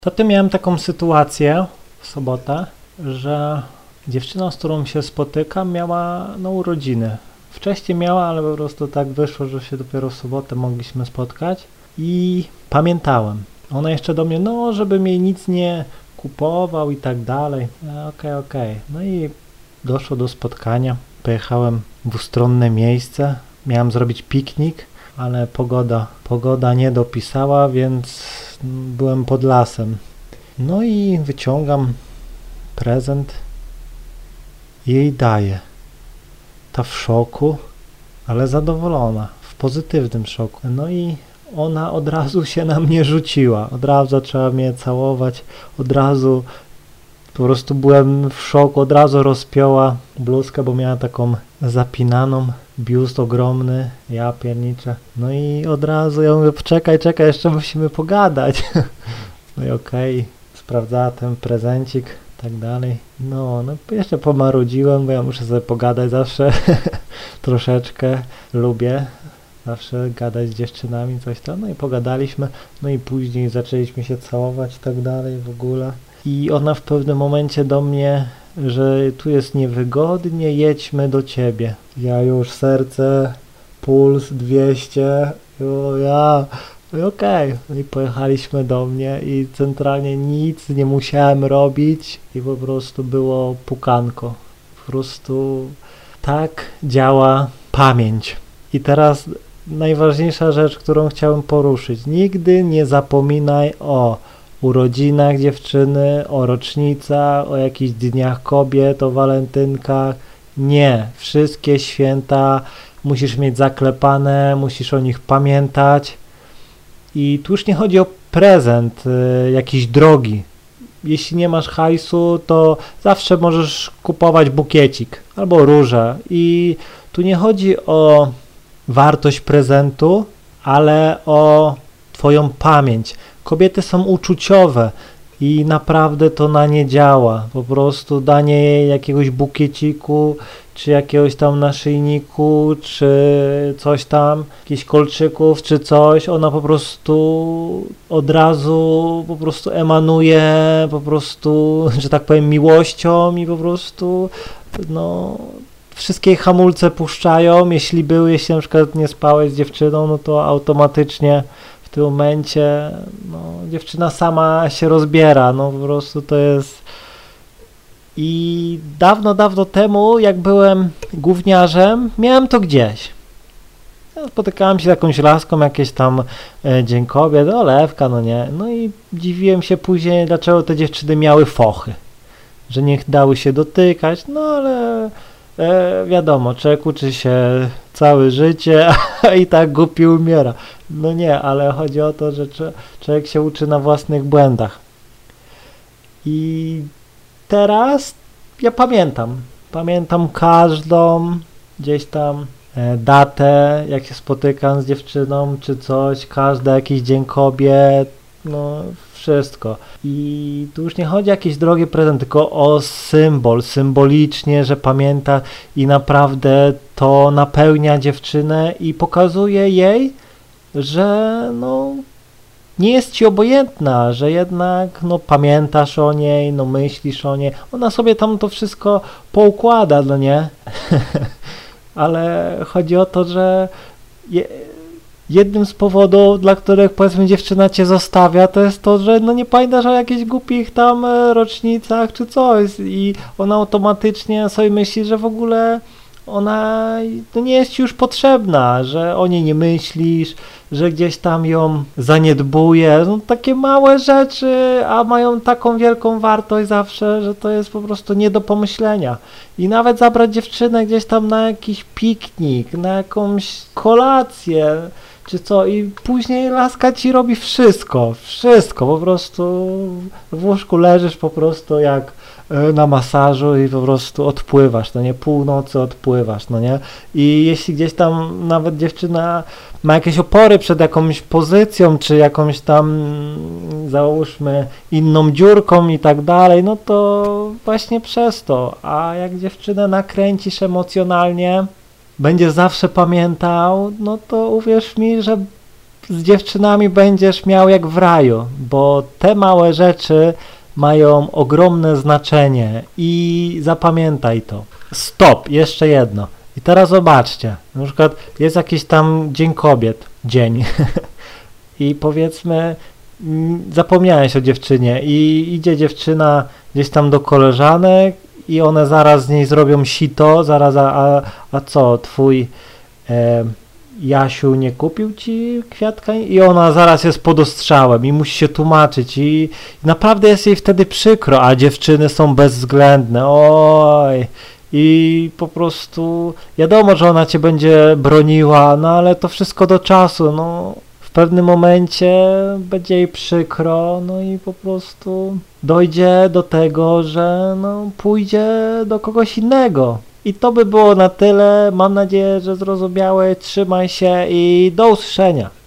Ostatnio miałem taką sytuację w sobotę, że dziewczyna, z którą się spotykam, miała urodziny. Wcześniej miała, ale po prostu tak wyszło, że się dopiero w sobotę mogliśmy spotkać i pamiętałem. Ona jeszcze do mnie, żebym jej nic nie kupował i tak dalej. Okej. No i doszło do spotkania. Pojechałem w ustronne miejsce. Miałem zrobić piknik, ale pogoda nie dopisała, więc byłem pod lasem. No i wyciągam prezent i jej daję. Ta w szoku, ale zadowolona, w pozytywnym szoku. No i ona od razu się na mnie rzuciła, od razu zaczęła mnie całować, od razu po prostu byłem w szoku, od razu rozpięła bluzkę, bo miała taką zapinaną, biust ogromny, ja pierniczę. No i od razu ja mówię, czekaj, jeszcze musimy pogadać. No i okej, sprawdzała ten prezencik, tak dalej. No jeszcze pomarudziłem, bo ja muszę sobie pogadać zawsze, troszeczkę lubię zawsze gadać z dziewczynami, coś tam. No i pogadaliśmy, no i później zaczęliśmy się całować i tak dalej w ogóle. I ona w pewnym momencie do mnie, że tu jest niewygodnie, jedźmy do ciebie. Ja już serce, puls 200, okej. No i pojechaliśmy do mnie i centralnie nic nie musiałem robić i po prostu było pukanko. Po prostu tak działa pamięć. I teraz najważniejsza rzecz, którą chciałem poruszyć. Nigdy nie zapominaj o urodzinach dziewczyny, o rocznicach, o jakichś dniach kobiet, o walentynkach. Nie. Wszystkie święta musisz mieć zaklepane, musisz o nich pamiętać. I tu już nie chodzi o prezent jakiś drogi. Jeśli nie masz hajsu, to zawsze możesz kupować bukiecik albo różę. I tu nie chodzi o wartość prezentu, ale o twoją pamięć. Kobiety są uczuciowe i naprawdę to na nie działa. Po prostu danie jej jakiegoś bukieciku, czy jakiegoś tam naszyjniku, czy coś tam, jakichś kolczyków, czy coś, ona po prostu od razu po prostu emanuje, po prostu, że tak powiem, miłością i po prostu, wszystkie hamulce puszczają, jeśli na przykład nie spałeś z dziewczyną, no to automatycznie w tym momencie, dziewczyna sama się rozbiera, po prostu to jest. I dawno temu, jak byłem gówniarzem, miałem to gdzieś. Ja spotykałem się z jakąś laską, jakieś tam Dzień Kobiet, olewka, nie. No i dziwiłem się później, dlaczego te dziewczyny miały fochy, że nie dały się dotykać, ale wiadomo, człowiek uczy się całe życie, a i tak głupi umiera. No nie, ale chodzi o to, że człowiek się uczy na własnych błędach. I teraz ja pamiętam każdą gdzieś tam datę, jak się spotykam z dziewczyną czy coś, każdy jakiś Dzień Kobiet, wszystko. I tu już nie chodzi o jakieś drogie prezenty, tylko o symbolicznie, że pamięta i naprawdę to napełnia dziewczynę i pokazuje jej, że nie jest ci obojętna, że jednak pamiętasz o niej, myślisz o niej, ona sobie tam to wszystko poukłada, nie? Ale chodzi o to, że jednym z powodów, dla których powiedzmy dziewczyna cię zostawia, to jest to, że nie pamiętasz o jakichś głupich tam rocznicach czy coś i ona automatycznie sobie myśli, że w ogóle ona nie jest ci już potrzebna, że o niej nie myślisz, że gdzieś tam ją zaniedbujesz. Takie małe rzeczy, a mają taką wielką wartość zawsze, że to jest po prostu nie do pomyślenia. I nawet zabrać dziewczynę gdzieś tam na jakiś piknik, na jakąś kolację, czy co, i później laska ci robi wszystko, po prostu w łóżku leżysz po prostu jak na masażu i po prostu odpływasz, północy odpływasz, nie? I jeśli gdzieś tam nawet dziewczyna ma jakieś opory przed jakąś pozycją, czy jakąś tam, załóżmy, inną dziurką i tak dalej, to właśnie przez to, a jak dziewczynę nakręcisz emocjonalnie, będziesz zawsze pamiętał, to uwierz mi, że z dziewczynami będziesz miał jak w raju, bo te małe rzeczy mają ogromne znaczenie i zapamiętaj to. Stop, jeszcze jedno. I teraz zobaczcie, na przykład jest jakiś tam Dzień Kobiet, dzień i powiedzmy zapomniałeś o dziewczynie i idzie dziewczyna gdzieś tam do koleżanek i one zaraz z niej zrobią sito, zaraz, a co, twój Jasiu nie kupił ci kwiatka i ona zaraz jest pod ostrzałem i musi się tłumaczyć i naprawdę jest jej wtedy przykro, a dziewczyny są bezwzględne, oj, i po prostu wiadomo, że ona cię będzie broniła, no ale to wszystko do czasu, no w pewnym momencie będzie jej przykro, no i po prostu dojdzie do tego, że no pójdzie do kogoś innego. I to by było na tyle. Mam nadzieję, że zrozumiałeś. Trzymaj się i do usłyszenia.